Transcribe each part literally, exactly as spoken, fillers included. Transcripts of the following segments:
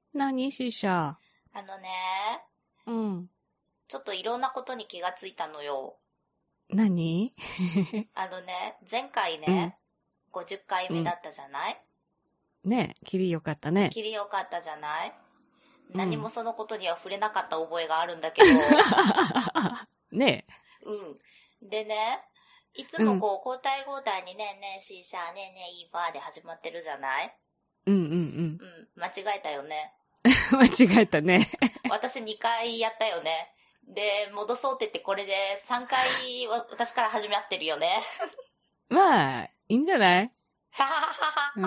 何シーシャ。 あのね、 うん。 ちょっといろんなことに気がついたのよ。 何あのね、前回ね、うん、ごじゅっかいめだったじゃない、 うん、ねえ、キリよかったね。 キリよかったじゃない、 うん、 何もそのことには触れなかった覚えがあるんだけど。 ねえ。うん。でね、いつもこう、交代交代にねえねえシーシャー、ねえねえいいばーで始まってるじゃない。 うんうんうん。うん、 間違えたよね。 間違えたね。 私にかいやったよね。で、戻そうって言ってこれでさんかい私から始まってるよね。 まあ、いいんじゃないうん。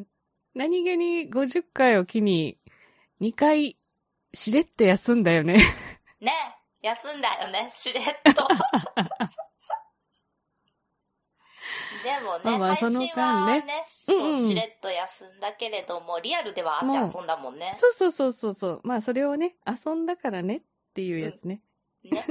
何気にごじゅっかいを機ににかいしれっと休んだよね。 ね、休んだよね、しれっと。でもね、まあまあ配信はね、ねそう、うんうん、しれっと休んだけれども、リアルでは会って遊んだもんね。 そうそうそうそうそう。まあそれをね、遊んだからねっていうやつね。うん、ね。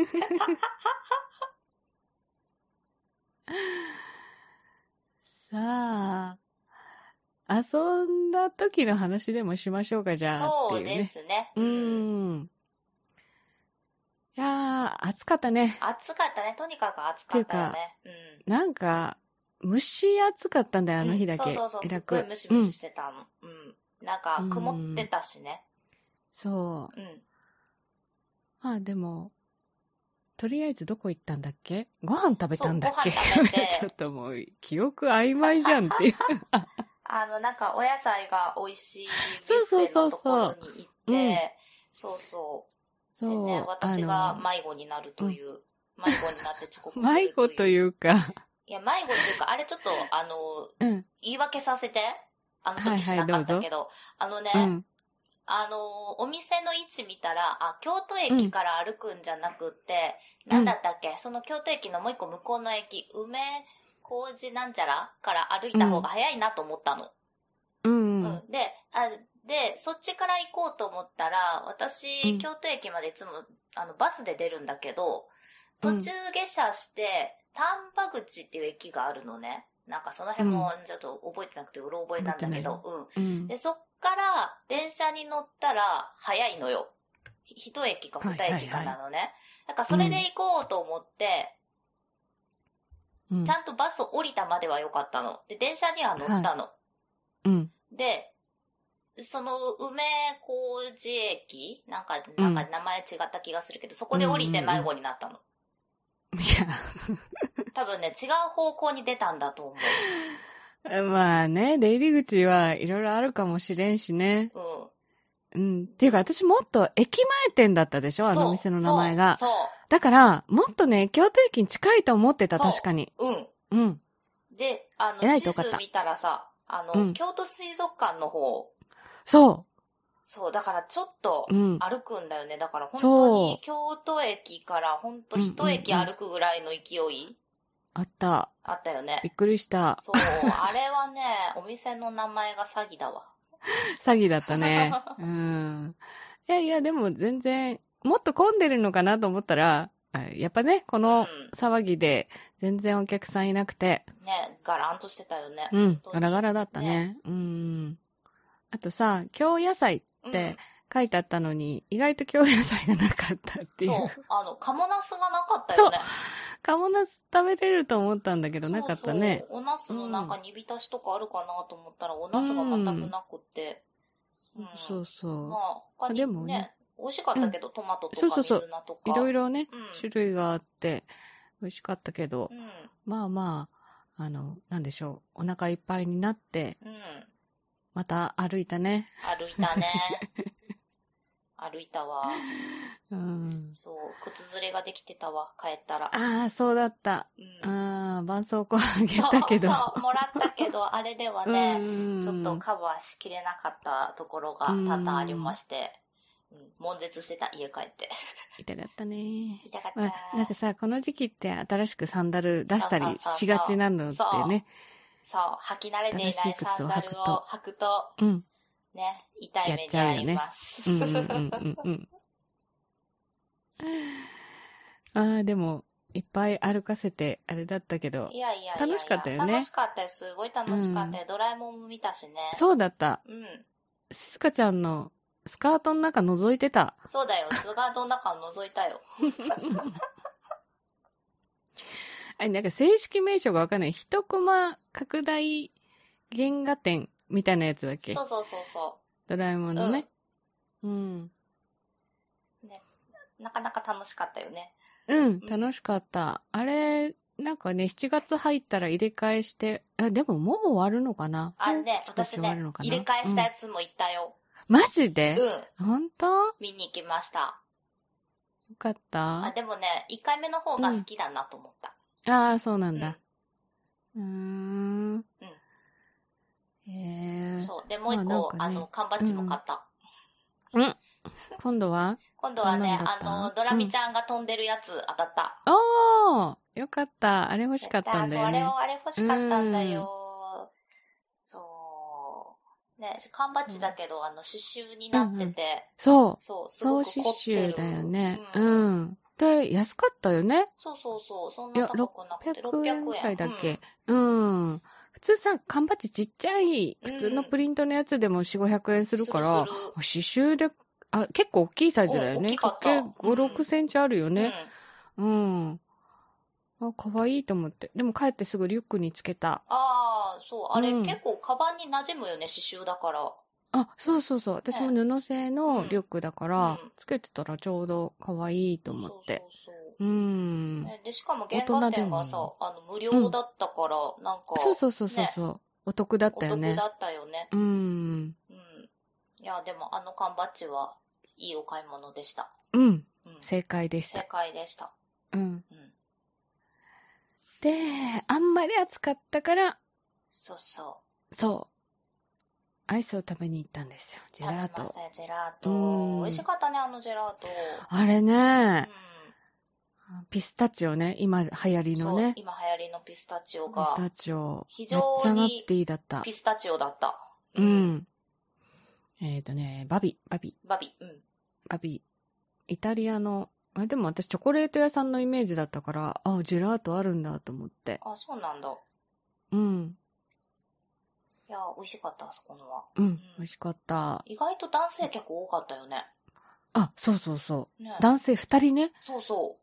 さあ、遊んだ時の話でもしましょうか、じゃあっていうね。そうですね。うん。うんいやー、暑かったね。 暑かったね。とにかく暑かったよね。 うん。なんか、蒸し暑かったんだよ、あの日だけ。うん、 そうそうそう、すっごいムシムシしてたの。うん。うん、なんか、曇ってたしね。 そう。うん。まあでも、とりあえずどこ行ったんだっけ？ご飯食べたんだっけ？そうご飯食べて。ちょっともう、記憶曖昧じゃんっていう。 あの、なんか、お野菜が美味しいビュッフェのところに行って、そうそうそうそう。うん、そうそう。でね、私が迷子になるという、うん、迷子になって遅刻するという。 迷子というか。 いや、迷子っていうか、あれちょっと、あの、うん、言い訳させて。あの時しなかったけど、はいはい、あのね、うん、あの、お店の位置見たら、あ、京都駅から歩くんじゃなくって、うん、なんだったっけ、その京都駅のもう一個向こうの駅、梅小路なんちゃらから歩いた方が早いなと思ったの。うん。うん、で、あ、で、そっちから行こうと思ったら、私、うん、京都駅までいつも、あの、バスで出るんだけど、途中下車して、丹波口っていう駅があるのね。なんかその辺もちょっと覚えてなくてうろ覚えなんだけど、うん、うん。で、そっから電車に乗ったら早いのよ。一駅か二駅かなのね。はいはいはい、だからそれで行こうと思って、うん、ちゃんとバス降りたまではよかったの。で、電車には乗ったの。はい、うん。で、その梅小路駅なんか、なんか名前違った気がするけど、うん、そこで降りて迷子になったの。いや。多分ね、違う方向に出たんだと思う。まあね、出入り口はいろいろあるかもしれんしね。うん。うん。っていうか私もっと駅前店だったでしょあのお店の名前が。そう。そうだから、もっとね、京都駅に近いと思ってた、確かに。 うん。うん。で、あの、地図見たらさ、あの、うん、京都水族館の方。 そう。 そう、だからちょっと歩くんだよね。うん、だから本当に京都駅から本当一駅歩くぐらいの勢い。うんうんうん、あった。あったよね。 びっくりした。 そう、あれはね、お店の名前が詐欺だわ。 詐欺だったね。うん。いやいや、でも全然、もっと混んでるのかなと思ったら、やっぱね、この騒ぎで全然お客さんいなくて。 うん、ね、ガランとしてたよね。 うん、ガラガラだったね。ねうん。あとさ、京野菜って書いてあったのに、うん、意外と京野菜がなかったっていう。 そう。あの、カモナスがなかったよね。そう。 カモナス食べれると思ったんだけど、なかったね。 そうそう。おナスのなんか煮浸しとかあるかなと思ったら、うん、おナスが全くなくて。 うん、そうそう。 まあ、他にね、でもね美味しかったけど、うん、トマトとか水菜とか。 そうそうそう。 いろいろね、うん、種類があって、美味しかったけど、うん、まあまあ、あの、なんでしょう。お腹いっぱいになって、うん、また歩いたね。 歩いたね。歩いたわ。うん。そう、靴ずれができてたわ、帰ったら。 ああ、そうだった。うん、ああ、絆創膏あげたけど。 そうそう、もらったけど、あれではね、ちょっとカバーしきれなかったところが多々ありまして、うん、悶絶してた、家帰って。 痛かったね。 痛かった、 まあ。なんかさ、この時期って新しくサンダル出したりしがちなのってね。そうそうそうそう、履き慣れていないサンダルを履くと、うん、ね、痛い目に遭います。 ね、うんうんうんうん、ああ、でも、いっぱい歩かせて、あれだったけど。 いやいやいやいや楽しかったよね。 楽しかったよ。すごい楽しかったよ。うん、ドラえもんも見たしね。 そうだった。うん。すかちゃんのスカートの中覗いてた。 そうだよ、スカートの中を覗いたよ。 あれ、なんか正式名称がわかんない。一コマ拡大原画展みたいなやつだっけ？ そうそうそうそう。 ドラえもんのね。うん。うん、 ね。なかなか楽しかったよね。 うん、楽しかった。あれ、なんかね、しちがつ入ったら入れ替えして、あ、でももう終わるのかな？ あ、ね、私ね、入れ替えしたやつも行ったよ。 うん、マジで？ うん。 本当？ 見に行きました。 よかった。 あ、でもね、いっかいめの方が好きだなと思った。 うん、ああ、そうなんだ。うーん。うん。へえ。 そう。で、もう一個、あ、ね、あの、缶バッジも買った。 うん。うん、今度は今度はね、あの、ドラミちゃんが飛んでるやつ当たった。 おー、よかった。あれ欲しかったんだよね。 そう、あれを、あれ欲しかったんだよ。そう。ね、缶バッジだけど、あの、刺繍になってて。うんうん、 そう。 そう、すごく凝ってる。 そう、刺繍だよね。うん。うん、で、安かったよね。 そうそうそう。そんな高くなくてろっぴゃくえんぐらいだっけ。うん。うん、普通さ、缶バッジちっちゃい、普通のプリントのやつでもよん、ごひゃくえんするから、するする刺繍で、あ、結構大きいサイズだよね。大きかった。ご、ろくセンチあるよね。うん。うん、あ、かわいいと思って。でも帰ってすぐリュックにつけた。 ああ、そう。あれ、うん、結構カバンに馴染むよね、刺繍だから。 あ、そうそうそう。私も布製のリュックだから、ね、うん、つけてたらちょうどかわいいと思って。そうそうそう。うん、 ね。で、しかも原画展がさ、あの、無料だったから、うん、なんか。 そうそうそうそうそう、ね。お得だったよね。 お得だったよね。 うん。うん。 いや、でもあの缶バッジはいいお買い物でした。 うん。うん、正解でした。 正解でした。 うん。うん、で、あんまり暑かったから。 そうそう。 そう。アイスを食べに行ったんですよ。ジェラート。 食べましたよ、ジェラート。美味しかったね、あのジェラート。 あれね、うん、ピスタチオね、今流行りのね。 そう、今流行りのピスタチオが。 ピスタチオ。 非常にピスタチオだった。 うん。うん、えっ、ー、とね、バビ、バビ。 バビ、うん。 バビ。イタリアの、あ、でも私チョコレート屋さんのイメージだったから、あ、ジェラートあるんだと思って。 あ、そうなんだ。 うん。 いや、美味しかった、あそこのは。 うん、うん、美味しかった。 意外と男性結構多かったよね。 あ、そうそうそう。ね、男性二人ね。 そうそう。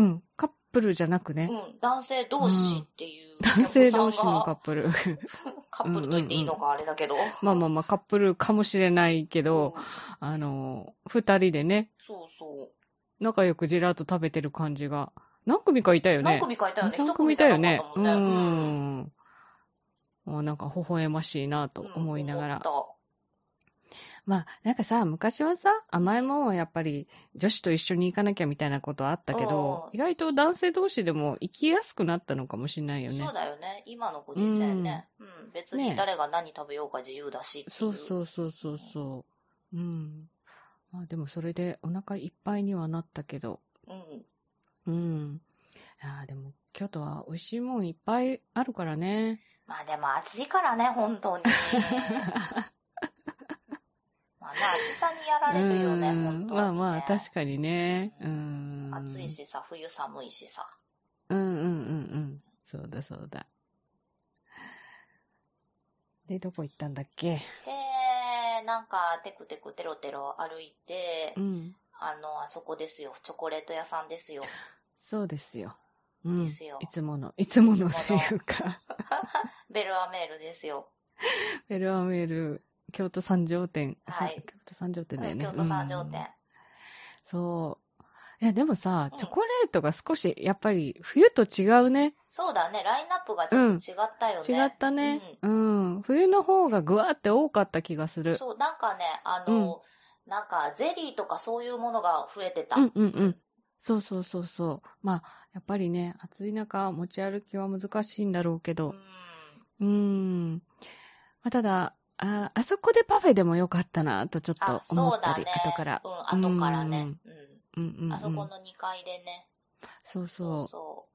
うん。カップルじゃなくね。 うん。男性同士っていう、 うん。男性同士のカップル。 カップルと言っていいのかあれだけど。うんうんうん、 まあまあまあ、カップルかもしれないけど、うん、あの、二人でね。 そうそう。 仲良くジェラート食べてる感じが。何組かいたよね。 何組かいたよね。 一組いたよね。うん。もうなんか微笑ましいなと思いながら。うん、まあ、なんかさ、昔はさ、甘いもんはやっぱり女子と一緒に行かなきゃみたいなことはあったけど、意外と男性同士でも行きやすくなったのかもしれないよね。 そうだよね。今のご時世ね。うん。うん、別に誰が何食べようか自由だしっていう。 そうそうそうそうそう。うん。まあでもそれでお腹いっぱいにはなったけど。 うん。 うん。いやでも京都は美味しいもんいっぱいあるからね。 まあでも暑いからね、本当に。まあね、暑さにやられるよね、本当に、ね。 まあまあ、確かにね。うん。 暑いしさ、冬寒いしさ。 うんうんうんうん。そうだそうだ。で、どこ行ったんだっけ？ で、なんか、テクテクテロテロ歩いて、 うん、 あの、あそこですよ。チョコレート屋さんですよ。 そうですよ。うん、 ですよ。 いつもの、いつものっていうか。 ベルアメールですよ。 ベルアメール、京都三条店。 はい。 京都三条店だよね。 京都三条店。うん、 そう。いや、でもさ、チョコレートが少し、やっぱり、冬と違うね。 そうだね。ラインナップがちょっと違ったよね。 うん、違ったね、うん。うん。冬の方がぐわって多かった気がする。 そう、なんかね、あの、うん、なんか、ゼリーとかそういうものが増えてた。 うんうんうん。そうそうそうそう。まあ、やっぱりね、暑い中、持ち歩きは難しいんだろうけど。うん。うん。まあ、ただ、あ、あそこでパフェでもよかったな、とちょっと思ったり、 ね、 後から。 うん、後からね。うん。 うんうんうん、 あそこのにかいでね。 そうそう。 そう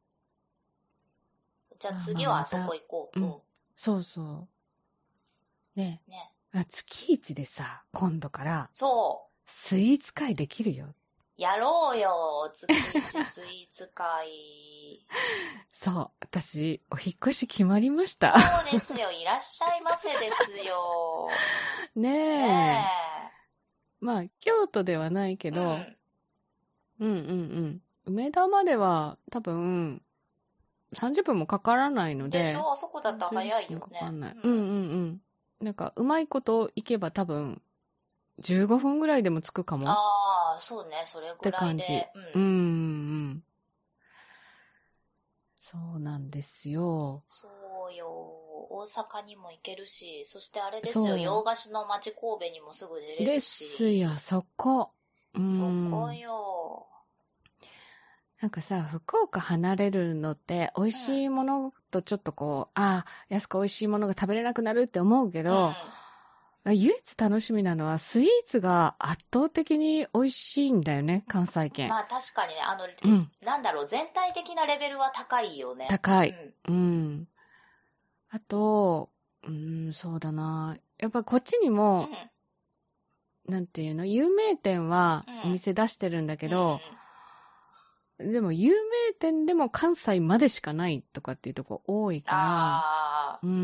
そうじゃあ次はあそこ行こう。 うん。うん、そうそう。ね。 ね。 月一でさ、今度から。 そう。 スイーツ会できるよ。 やろうよ、月一スイーツ会。 そう。私、お引っ越し決まりました。 そうですよ。いらっしゃいませですよ。 ねえ。ねえまあ、京都ではないけど、うん、うんうんうん梅田までは多分、さんじゅっぷんもかからないので。 でしょ？あそこだったら早いよね。 かかんない。うんうんうん。なんか、うまいこと行けば多分、じゅうごふんぐらいでも着くかも。 ああ、そうね、それぐらいで。って感じ。 うん、うん、うん。そうなんですよ。 そうよ。大阪にも行けるし、そしてあれですよ、洋菓子の町神戸にもすぐ出れるし。 ですよ、そこ。 うん、そこよ。 なんかさ、福岡離れるのって、美味しいものとちょっとこう、うん、ああ、安く美味しいものが食べれなくなるって思うけど、うん、唯一楽しみなのは、スイーツが圧倒的に美味しいんだよね、関西圏。 まあ確かにね、あの、うん、なんだろう、全体的なレベルは高いよね。 高い。うん。うん、あと、うん、そうだな。やっぱこっちにも、うん、なんていうの、有名店はお店出してるんだけど、うんうん、でも有名店でも関西までしかないとかっていうとこ多いから、あうん。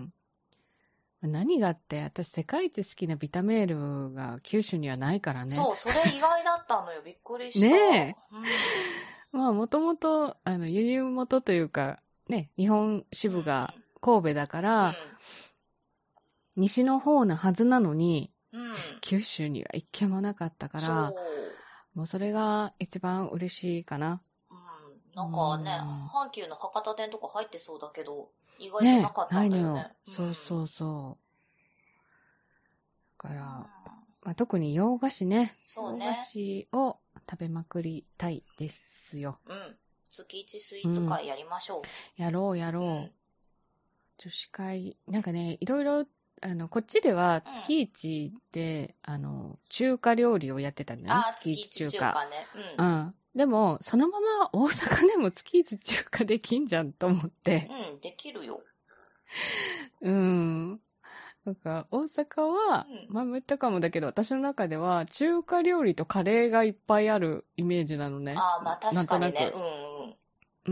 何があって、私世界一好きなビタメールが九州にはないからね。 そう、それ意外だったのよ。びっくりした。 ねえ。うん、まあもともと、あの、輸入元というか、ね、日本支部が神戸だから、うん、西の方なはずなのに、うん、九州には一軒もなかったから、もうそれが一番嬉しいかな。 うん、なんかね、阪急の博多店とか入ってそうだけど、意外となかったんだよね。ね、ないのよ。 うん、そうそうそう。だから、うん、まあ、特に洋菓子ね。そうね。洋菓子を食べまくりたいですよ。 うん。月一スイーツ会やりましょう。 うん、やろうやろう、うん。女子会、なんかね、いろいろ、あの、こっちでは月一で、うん、あの、中華料理をやってたんだよね。 あ、月一中華。中華ね。 うん。うん。でも、そのまま大阪でも月一中華できんじゃんと思って。 うん、できるよ。 うん。なんか、大阪は、うん、前も言ったかもだけど、私の中では、中華料理とカレーがいっぱいあるイメージなのね。 ああ、まあ確かにね。うんうん。 うん。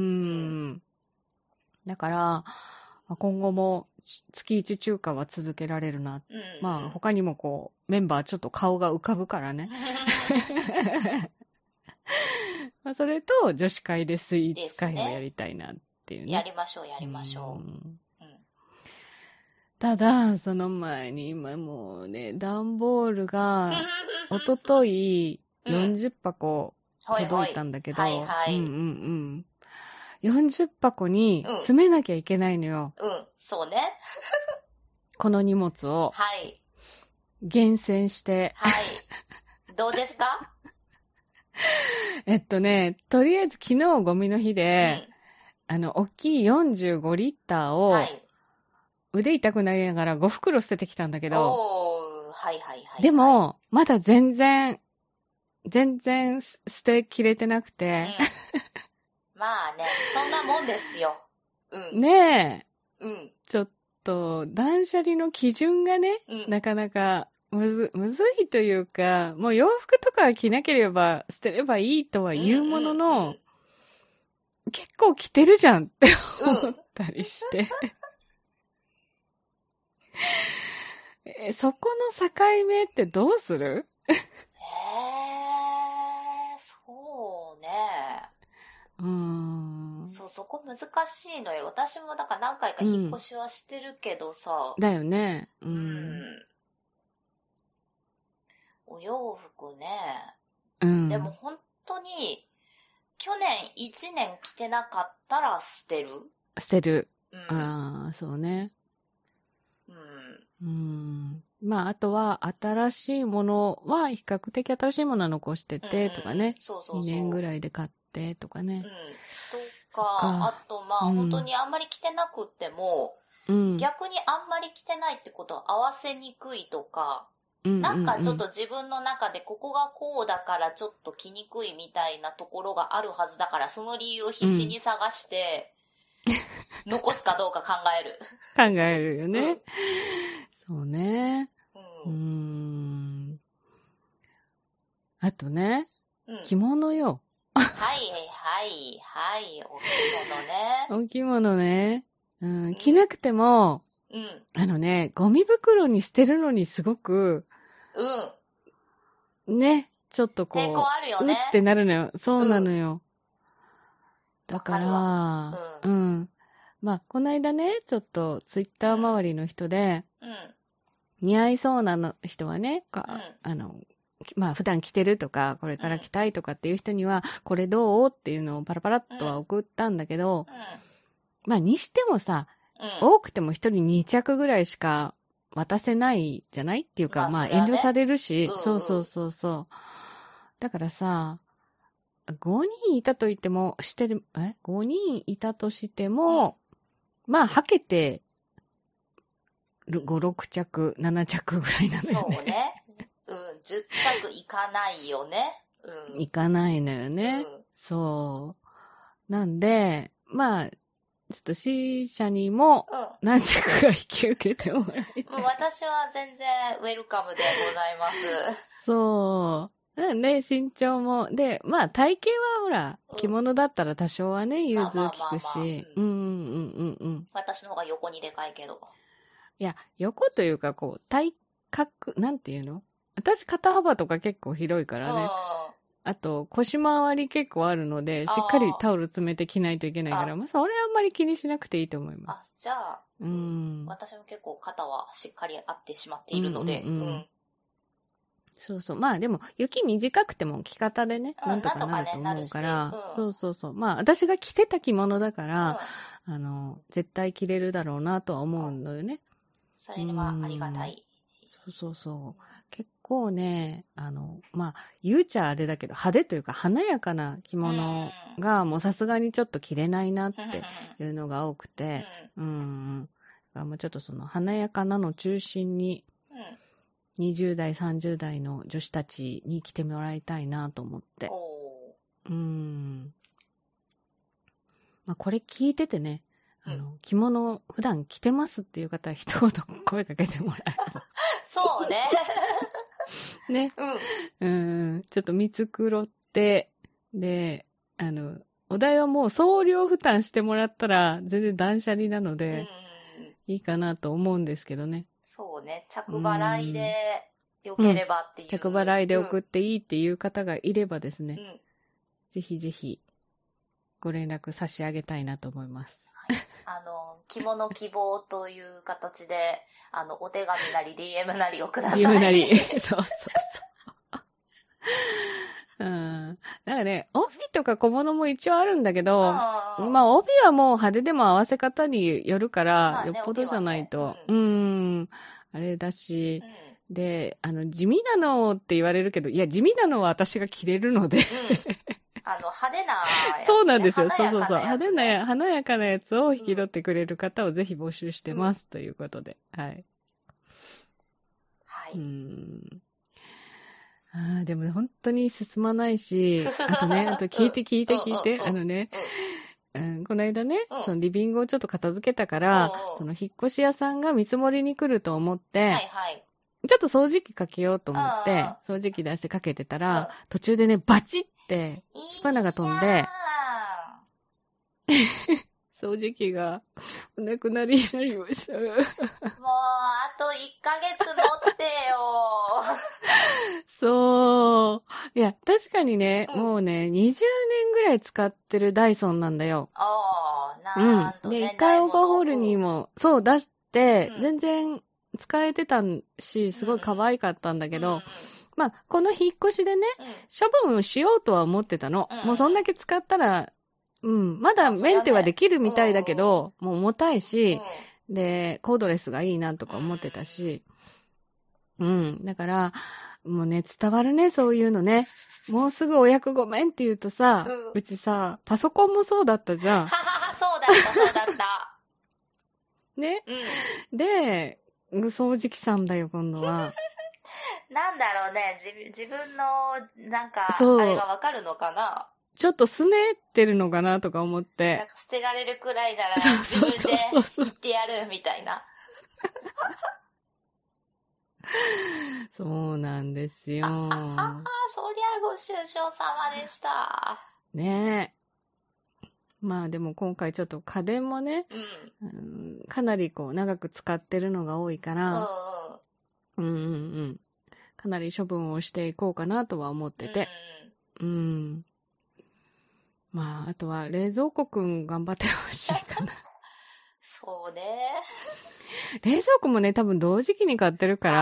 だから、今後も月一中華は続けられるな。うんうん、まあ、他にもこう、メンバーちょっと顔が浮かぶからね。まあそれと、女子会でスイーツ会をやりたいなっていうね。 やりましょう、やりましょう。うんただ、その前に今もうね、段ボールが、おとといよんじゅっぱこ届いたんだけど、うん、はいはい。うんうんうん。よんじゅっぱこに詰めなきゃいけないのよ。 うん、うん、そうね。 この荷物を。はい。厳選して。 はい。どうですか？ えっとね、とりあえず昨日ゴミの日で、うん、あの、大きいよんじゅうごリッターを、はい。腕痛くなりながらご袋捨ててきたんだけど。 おー、はいはいはい、はい。 でも、まだ全然、全然捨てきれてなくて。 うん、まあね、そんなもんですよ。 うん。ねえ。うん。ちょっと、断捨離の基準がね、うん、なかなかむず、むずいというか、もう洋服とか着なければ捨てればいいとは言うものの、うんうんうん、結構着てるじゃんって思ったりして。うんえ、そこの境目ってどうする？ ええー、そうね。うーん。そう、そこ難しいのよ。私もだから何回か引っ越しはしてるけどさ。 うん、だよね。 うん。うん、お洋服ね。うん。でも本当に、去年いちねん着てなかったら捨てる？ 捨てる。うん、ああ、そうね。うん。まあ、あとは、新しいものは、比較的新しいものは残してて、とかね。うん、そうそうそう。にねんぐらいで買って、とかね。うん。 とか、あと、まあ、うん、本当にあんまり着てなくっても、うん、逆にあんまり着てないってことは合わせにくいとか、うんうんうん、なんかちょっと自分の中でここがこうだからちょっと着にくいみたいなところがあるはずだから、その理由を必死に探して、うん、残すかどうか考える。 考えるよね。うん、そうね。うん。うーん。あとね、うん、着物よ。 はいはいはい、お着物ね。 お着物ね。うん、着なくても、うん、あのね、ゴミ袋に捨てるのにすごく、うん。 ね、ちょっとこう。 抵抗あるよね。 うってなるのよ。そうなのよ。うん、だから、うん、うん。まあ、この間ね、ちょっとツイッター周りの人で、うんうん、似合いそうなの人はね、うん、あの、まあ普段着てるとか、これから着たいとかっていう人には、うん、これどうっていうのをパラパラっとは送ったんだけど、うんうん、まあにしてもさ、うん、多くても一人に着ぐらいしか渡せないじゃないっていうか、まあ、まあ遠慮されるし、うんうん、そうそうそうそう。だからさ、ごにんいたと言っても、して、え ?ご 人いたとしても、うん、まあ、はけて、ご、ろく着、なな着ぐらいなのよね。 そうね。うん、じゅっ着いかないよね。 うん。いかないのよね。うん、そう。なんで、まあ、ちょっと C 社にも何着か引き受けてもらいたい。 もう私は全然ウェルカムでございます。 そう。なんで、身長も。で、まあ体型はほら、うん、着物だったら多少はね、融通きくし。うんうんうんうんうん。 私の方が横にでかいけど。 いや、横というかこう、体格、なんていうの？私肩幅とか結構広いからね。あと、腰回り結構あるので、しっかりタオル詰めて着ないといけないから、まあ、それあんまり気にしなくていいと思います。 あ、じゃあ、うん、私も結構肩はしっかり合ってしまっているので、うん、うんうん。 そうそう。まあでも、雪短くても着方でね、うん、なんとかなると思うから、ねうん、そうそうそう。まあ、私が着てた着物だから、うん、あの、絶対着れるだろうなとは思うのよね。 それはありがたい。 そうそうそう。結構ね、あの、まあ、言うちゃあれだけど、派手というか華やかな着物が、もうさすがにちょっと着れないなっていうのが多くて、うん。うん、もうちょっとその華やかなの中心に、にじゅう代、さんじゅう代の女子たちに着てもらいたいなと思って。うん。まあ、これ聞いててね、あの、着物普段着てますっていう方は一言声かけてもらえる。 そうね。 ね。うん。うん。ちょっと見繕って、で、あの、お題はもう送料負担してもらったら全然断捨離なので、いいかなと思うんですけどね。 そうね。着払いで良ければっていう、うん。 着払いで送っていいっていう方がいればですね、うん、ぜひぜひご連絡差し上げたいなと思います。 あの、着物希望という形で、あの、お手紙なり ディーエム なりをください。 ディーエム なり。そうそうそう。うん。なんかね、帯とか小物も一応あるんだけど、まあ帯はもう派手でも合わせ方によるから、まあね、よっぽどじゃないと。ね、うん、うん。あれだし、うん、で、あの、地味なのって言われるけど、いや、地味なのは私が着れるので。うんあの、派手なやつ、ね。 そうなんですよ。そうそうそう。派手な、華やかなやつを引き取ってくれる方をぜひ募集してます。うん、ということで。はい。 はい。 うん。ああ、でも本当に進まないし、あとね、あと聞いて聞いて聞いて、あのね、うん、この間ね、うん、そのリビングをちょっと片付けたから、うん、その引っ越し屋さんが見積もりに来ると思って、はいはい、ちょっと掃除機かけようと思って、掃除機出してかけてたら、うん、途中でね、バチって、スパナが飛んで、掃除機がお亡くなりになりました。もう、 あといっかげつ持ってよ。 そう。いや、確かにね、うん、もうね、にじゅうねんぐらい使ってるダイソンなんだよ。 ああ、なんとね。 うん。で、一回オーバーホールにも、そう出して、うん、全然使えてたし、すごい可愛かったんだけど、うん、まあ、この引っ越しでね、うん、処分しようとは思ってたの。うん、もうそんだけ使ったら、うん。まだメンテはできるみたいだけど、ね、もう重たいし、うん、で、コードレスがいいなとか思ってたし、うん、うん。だから、もうね、伝わるね、そういうのね。もうすぐお役ごめんって言うとさ、うん、うちさ、パソコンもそうだったじゃん。 ははは、そうだった、そうだった。 ね、うん。で、掃除機さんだよ、今度は。 なんだろうね、自, 自分の、なんか、あれがわかるのかな。 ちょっとすねってるのかなとか思って。 なんか捨てられるくらいなら自分で言ってやるみたいな。 そうなんですよ。あはは、そりゃご愁傷様でした。 ねえ。まあでも今回ちょっと家電もね、うんうん、かなりこう長く使ってるのが多いから、うんうんうん、 かなり処分をしていこうかなとは思ってて。うん。うん、まあ、あとは冷蔵庫くん頑張ってほしいかな。 そうね。 冷蔵庫もね、多分同時期に買ってるから、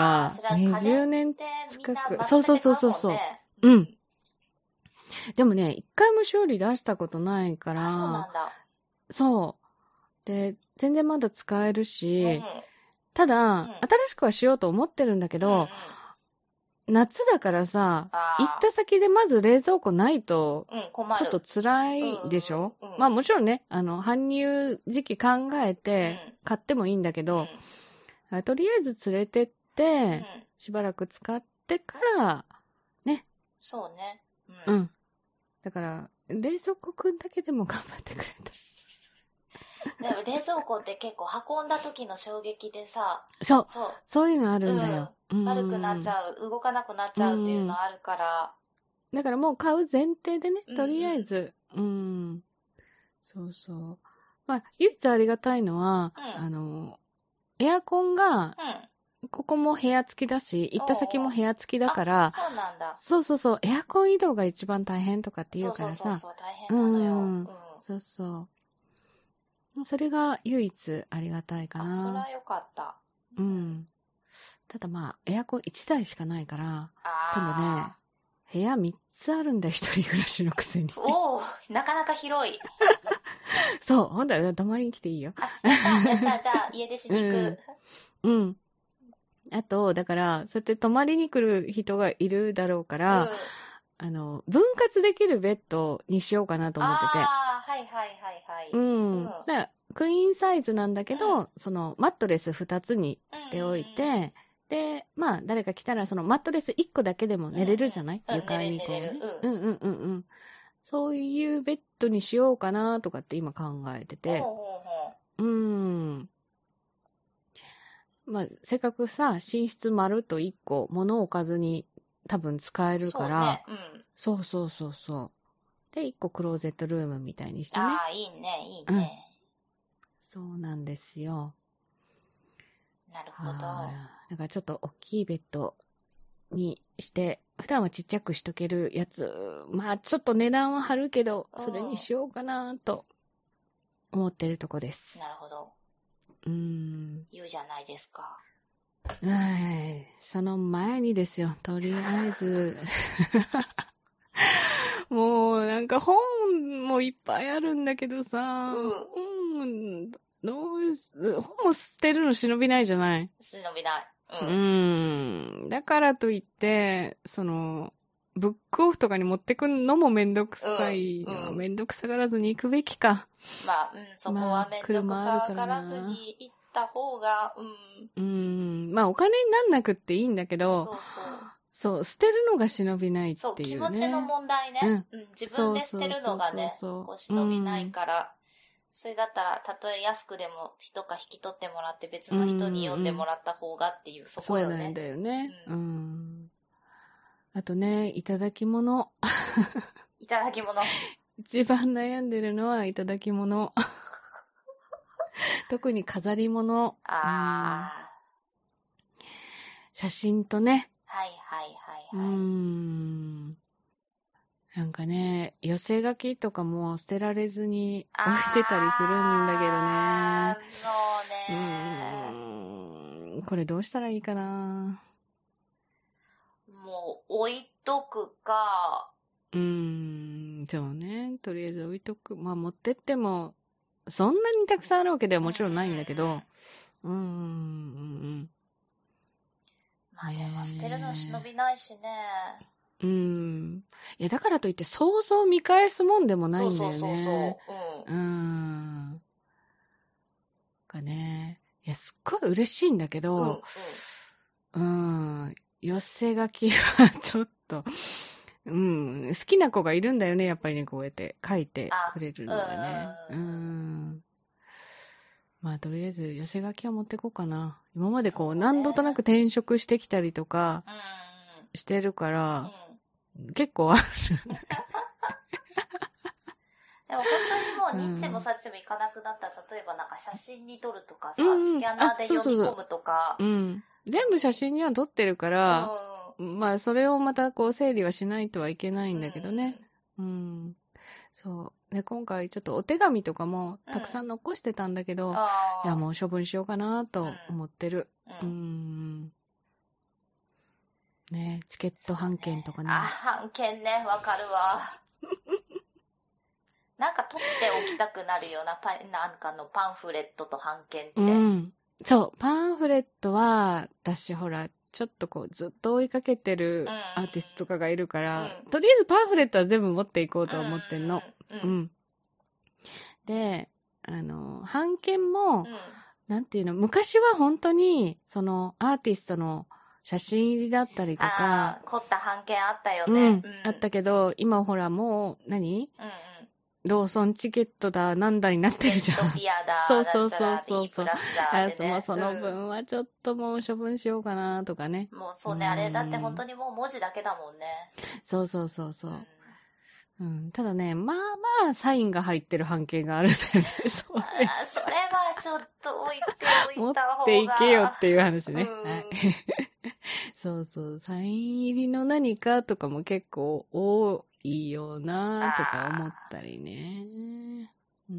にじゅうねん近く。そうそうそうそうそう。うん。でもね、一回も修理出したことないから。 そうなんだ。 そう。で、全然まだ使えるし、うん、ただ、うん、新しくはしようと思ってるんだけど、うんうん、夏だからさ、行った先でまず冷蔵庫ないと、ちょっと辛いでしょ、うんうんうん、まあもちろんね、あの、搬入時期考えて買ってもいいんだけど、うん、とりあえず連れてって、うん、しばらく使ってから、ね。 そうね。 うん。うん、だから、冷蔵庫くんだけでも頑張ってくれた。 でも冷蔵庫って結構運んだ時の衝撃でさ、 そう、そう、そういうのあるんだよ。 うん、悪くなっちゃう、動かなくなっちゃうっていうのあるから。 だからもう買う前提でね、とりあえず、うん、うん、そうそう。まあ、唯一ありがたいのは、うん、あの、エアコンが、うん、ここも部屋付きだし、行った先も部屋付きだから、 そうなんだ。 そうそうそう、エアコン移動が一番大変とかって言うからさ。 そうそうそう、大変なのよ。うん、 そうそう。それが唯一ありがたいかな。 あ、それはよかった。 うん。ただまあ、エアコンいちだいしかないから、今度ね、部屋みっつあるんだよ、一人暮らしのくせに。 おお、なかなか広い。 そう、ほんとは泊まりに来ていいよ。 あ、やった、やった、じゃあ家出しに行く。 うん。うん。あと、だから、そうやって泊まりに来る人がいるだろうから、うん、あの、分割できるベッドにしようかなと思ってて。 ああ、はいはいはいはい。 うん。うん、だからクイーンサイズなんだけど、うん、その、マットレスふたつにしておいて、うんうんうん、で、まあ、誰か来たら、その、マットレスいっこだけでも寝れるじゃない、うんうん、床にこうね。うん、うんうんうんうん。そういうベッドにしようかなとかって今考えてて。ほうほうほう。うん。まあ、せっかくさ、寝室丸といっこ物を置かずに多分使えるから。そうね。うん。そうそうそうそう。で、いっこクローゼットルームみたいにしてね。 ああ、いいね、いいね、うん。 そうなんですよ。 なるほど。だからちょっと大きいベッドにして、普段はちっちゃくしとけるやつ、まあちょっと値段は張るけど、それにしようかなと思ってるとこです。 なるほど。 うーん。 言うじゃないですか。 はい。その前にですよ、とりあえず。もうなんか本もいっぱいあるんだけどさ、うん、どうす、本も捨てるの忍びないじゃない？ 忍びない。 うん。うん。だからといって、その、ブックオフとかに持ってくのもめんどくさい。うんうん、めんどくさがらずに行くべきか。 まあ、うん、そこはめんどくさがらずに行った方が、 うん。うん。まあ、お金になんなくっていいんだけど、そうそう。そう、捨てるのが忍びないっていうね。そう、 気持ちの問題ね。うん。うん、自分で捨てるのがね、こう忍びないから。うん、それだったら、たとえ安くでも人か引き取ってもらって別の人に読んでもらった方がっていう、うん、そこよね。そうなんだよね。うん。うん、あとね、いただき物。いただき物。 一番悩んでるのはいただき物。特に飾り物。ああ、うん。写真とね。 はいはいはいはい。うーん。なんかね、寄せ書きとかも捨てられずに置いてたりするんだけどね。ああ、 そうね。 うーん。これどうしたらいいかな。 もう置いとくか。 うーん、そうね。とりあえず置いとく。まあ持ってっても、そんなにたくさんあるわけではもちろんないんだけど。うーん、うん、うん。 まあでも捨てるの忍びないしね。 うん。いや、だからといって想像見返すもんでもないんだよね。そうそうそうそう。うん。うん。かね。いや、すっごい嬉しいんだけど、うん、うん。うん。寄せ書きはちょっと、うん。好きな子がいるんだよね、やっぱりね、こうやって書いてくれるのがね。うん。うんまあ、とりあえず、寄せ書きは持ってこうかな。今までこう、何度となく転職してきたりとか、してるから、うん、結構ある。 でも本当にもう、ニッチもサッチもいかなくなったら、例えばなんか写真に撮るとかさ、うん、スキャナーで読み込むとか。 うん。全部写真には撮ってるから、 まあ、それをまたこう整理はしないとはいけないんだけどね。うん。うん、そう。で、今回ちょっとお手紙とかもたくさん残してたんだけど、うん、いや、もう処分しようかなと思ってる。うん。うんね、チケット半券とかね。ね、 あ、半券ね、わかるわ。なんか取っておきたくなるようなパ、なんかのパンフレットと半券って。うん。 そう、パンフレットは、私ほら、ちょっとこう、ずっと追いかけてるアーティストとかがいるから、うん、とりあえずパンフレットは全部持っていこうとは思ってんの。うん。うん、で、あの、半券も、うん、なんていうの、昔は本当に、その、アーティストの写真入りだったりとか。 凝った半券あったよね。うん。うん、 あったけど、今ほらもう何、何、うんうんローソンチケットだ、なんだになってるじゃん。チケットピアだ、 そうそうそうそう。 E プラスだってね。 もうその分はちょっともう処分しようかなとかね。 もうそうね、あれだって本当にもう文字だけだもんね。 そうそうそうそう。うん、うん、ただね、まあまあサインが入ってる半径があるんだよね。それあそれはちょっと置いておいた方が。 持っていけよっていう話ね。はい、そうそう、サイン入りの何かとかも結構多いいよなとか思ったりね。うん。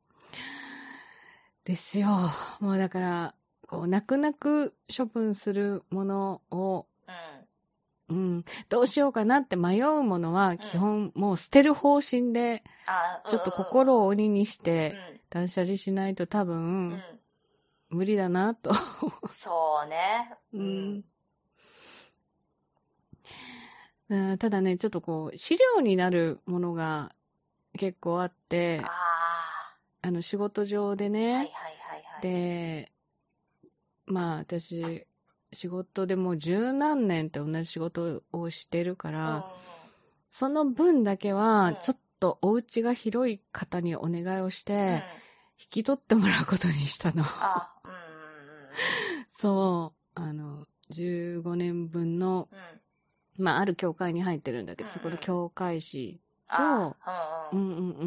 ですよ。もうだから、こう、泣く泣く処分するものを、うん、うん、どうしようかなって迷うものは、基本もう捨てる方針で、うん、ちょっと心を鬼にして、断捨離しないと多分、うん、無理だなと。 そうね。 うん。うん、ただね、ちょっとこう、資料になるものが結構あって、ああの、仕事上でね、はいはいはいはい、で、まあ私、仕事でもう十何年って同じ仕事をしてるから、うん、その分だけは、ちょっとお家が広い方にお願いをして、うん、引き取ってもらうことにしたの。あ、うん、そう、あの、じゅうごねんぶんの、うんまあ、ある教会に入ってるんだけど、うんうん、そこの教会誌と、うんうんうんうんうん。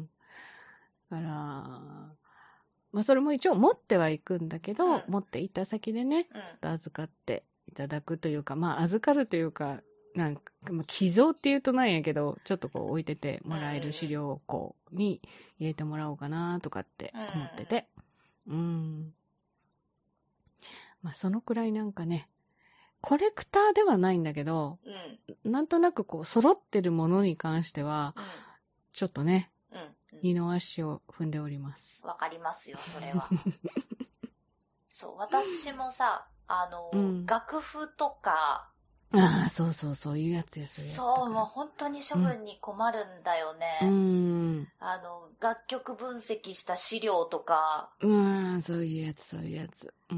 だから、まあ、それも一応持ってはいくんだけど、うん、持って行った先でね、うん、ちょっと預かっていただくというか、まあ、預かるというか、なんか、まあ、寄贈って言うとなんやけど、ちょっとこう置いててもらえる資料庫に入れてもらおうかなとかって思ってて、うん、うん。まあ、そのくらいなんかね、コレクターではないんだけど、うん、なんとなくこう揃ってるものに関しては、うん、ちょっとね、うんうん、二の足を踏んでおります。 わかりますよ、それは。そう、私もさ、あの、うん、楽譜とか、 ああ、そうそう、そういうやつや、そういうやつ。 そう、もう本当に処分に困るんだよね。うん。あの、楽曲分析した資料とか。 うん、そういうやつ、そういうやつ。うん。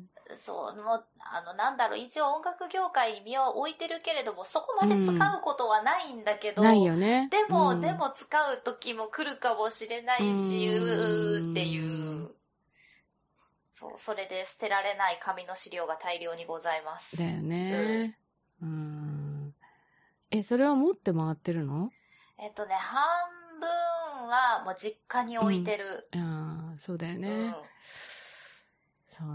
そう、もう、あの、なんだろう、一応音楽業界に身を置いてるけれども、そこまで使うことはないんだけど、 うん、ないよね。 でも、うん、でも使う時も来るかもしれないし、うーっていう。そう、それで捨てられない紙の資料が大量にございます。 だよね。うん。うんえ、それは持って回ってるの？ えっとね、半分はもう実家に置いてる。 うん、ああ、そうだよね。うんそう、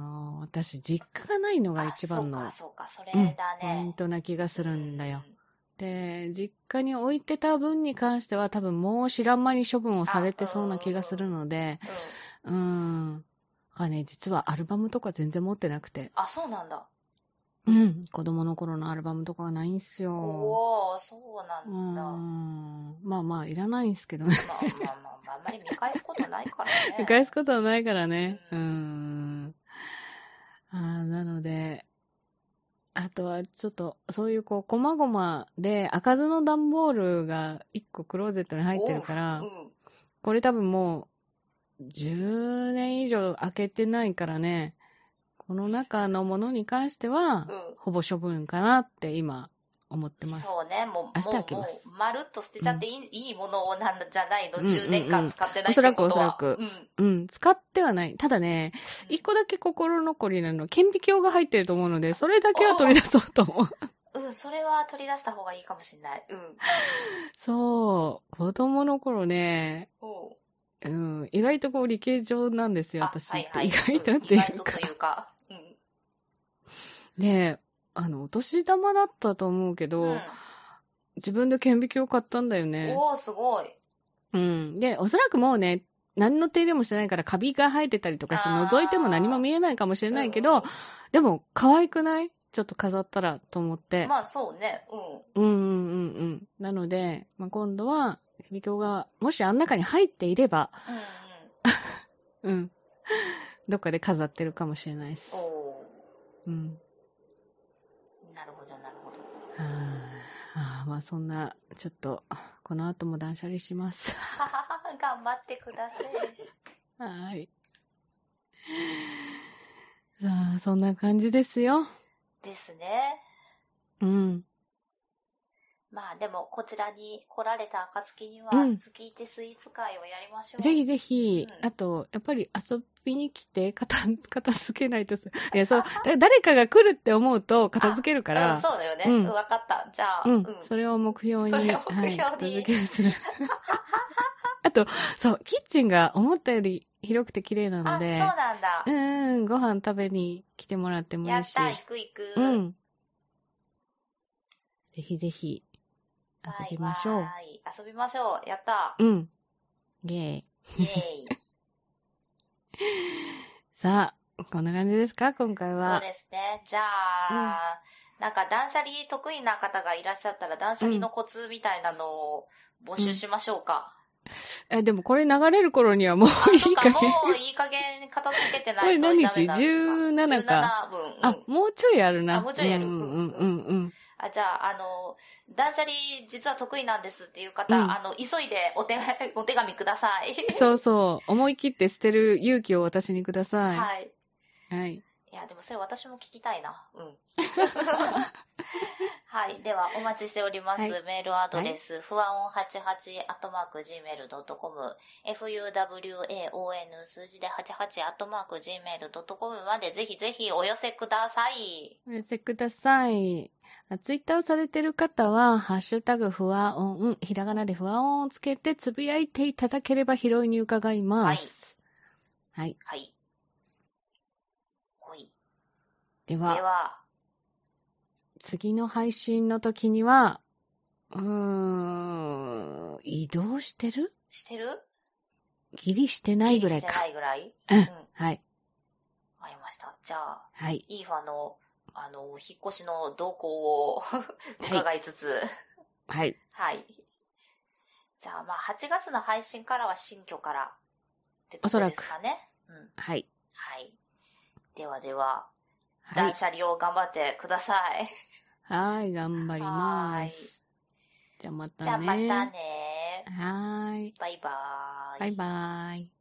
私、実家がないのが一番の、 そうか、そうか、それだね、 うん、ポイントな気がするんだよ。うん、で、実家に置いてた分に関しては多分もう知らん間に処分をされてそうな気がするので、うん。うん。だからね、実はアルバムとか全然持ってなくて。 あ、そうなんだ。 うん。子供の頃のアルバムとかがないんすよ。 おー、そうなんだ。うん。まあまあ、いらないんすけどね。 まあまあまあ、あんまり見返すことないからね。 見返すことはないからね。うん。うんあなので、あとはちょっと、そういうこう、こまごまで、開かずの段ボールが一個クローゼットに入ってるから、うん、これ多分もう、じゅうねん以上開けてないからね、この中のものに関しては、うん、ほぼ処分かなって今、思ってます。 そうね、もう、 明日開けます。 もう、まるっと捨てちゃっていい、うん、いいものなんじゃないの、うんうんうん、じゅうねんかん使ってないってことは。おそらくおそらく。 うん、うん、使ってはない。ただね、一、うん、個だけ心残りなの、顕微鏡が入ってると思うので、それだけは取り出そうと思う。 うん、それは取り出した方がいいかもしれない。うん。 そう、子供の頃ね、うん、意外とこう理系上なんですよ、私って。はいはい、意外とっていうか。 意外とというか。うん、 で、 あの、お年玉だったと思うけど、うん、自分で顕微鏡買ったんだよね。 おー、すごい。 うん。で、おそらくもうね、何の手入れもしてないからカビが生えてたりとかして覗いても何も見えないかもしれないけど、うん、でも可愛くない？ちょっと飾ったらと思って。 まあそうね。 うん。うんうんうんうん。なので、まあ、今度は、顕微鏡が、もしあん中に入っていれば、うん、うん。うん。どっかで飾ってるかもしれないです。 おー。うん。 なるほど、なるほど。 ああ、まあそんな、ちょっと、この後も断捨離します。 頑張ってください。 はい。ああ、そんな感じですよ。 ですね。 うん。 まあでも、こちらに来られた暁には、月一スイーツ会をやりましょう。 ぜひぜひ、うん、あと、やっぱり遊びに来て、片、片付けないとす、いや、そう、誰かが来るって思うと片付けるから。 うん、そうだよね。うん、わかった。じゃあ、 うん、それを目標に。 それを目標に。はい、 片付けする。あと、そう、キッチンが思ったより広くて綺麗なので。 あ、そうなんだ。 うん、ご飯食べに来てもらってもいいし。 やった、行く行く。 うん。ぜひぜひ。遊びましょう。 はい。遊びましょう。やった。 うん。イェーイ。 イェーイ。 さあ、こんな感じですか今回は。 そうですね。じゃあ、うん、なんか断捨離得意な方がいらっしゃったら断捨離のコツみたいなのを募集しましょうか。 うん、え、でもこれ流れる頃にはもういい加減。 あ、そうか、もういい加減片付けてないとダメだ。 これ何日 ?じゅうなな か。じゅうななぶん。うん、 あ、もうちょいあるな。 あ、もうちょいやる。 うんうんうんうん。 あ、じゃあ、あの、断捨離実は得意なんですっていう方、うん、あの、急いでお手、お手紙ください。 そうそう。思い切って捨てる勇気を私にください。 はい。 はい。 いや、でもそれ私も聞きたいな。うん。はい。では、お待ちしております。はい、メールアドレス、はい、ふわおんはちはちアットマークジーメールドットコム、フユーダブリューエーオーエヌ 数字ではちはちアットマークジーメールドットコムまでぜひぜひお寄せください。 お寄せください。ツイッターをされている方は、ハッシュタグふわおん、ひらがなでふわおんをつけてつぶやいていただければ拾いに伺います。はい。 はい。はいほい。 では、 では次の配信の時には、うーん、移動してるしてるギリしてないぐらいか。 ギリしてないぐらいうん。うん、はい。 わかりました。じゃあ、 はい。 イーファの、あの、引っ越しの動向を伺いつつ、 はい。 はい。じゃあ、まあ、はちがつの配信からは新居からってとこですかね。 うん。はい。 はい。ではでは、断捨離を頑張ってください。 はい、頑張ります。じゃあまたね。 じゃあまたね。 はい。 バイバーイ。 バイバーイ。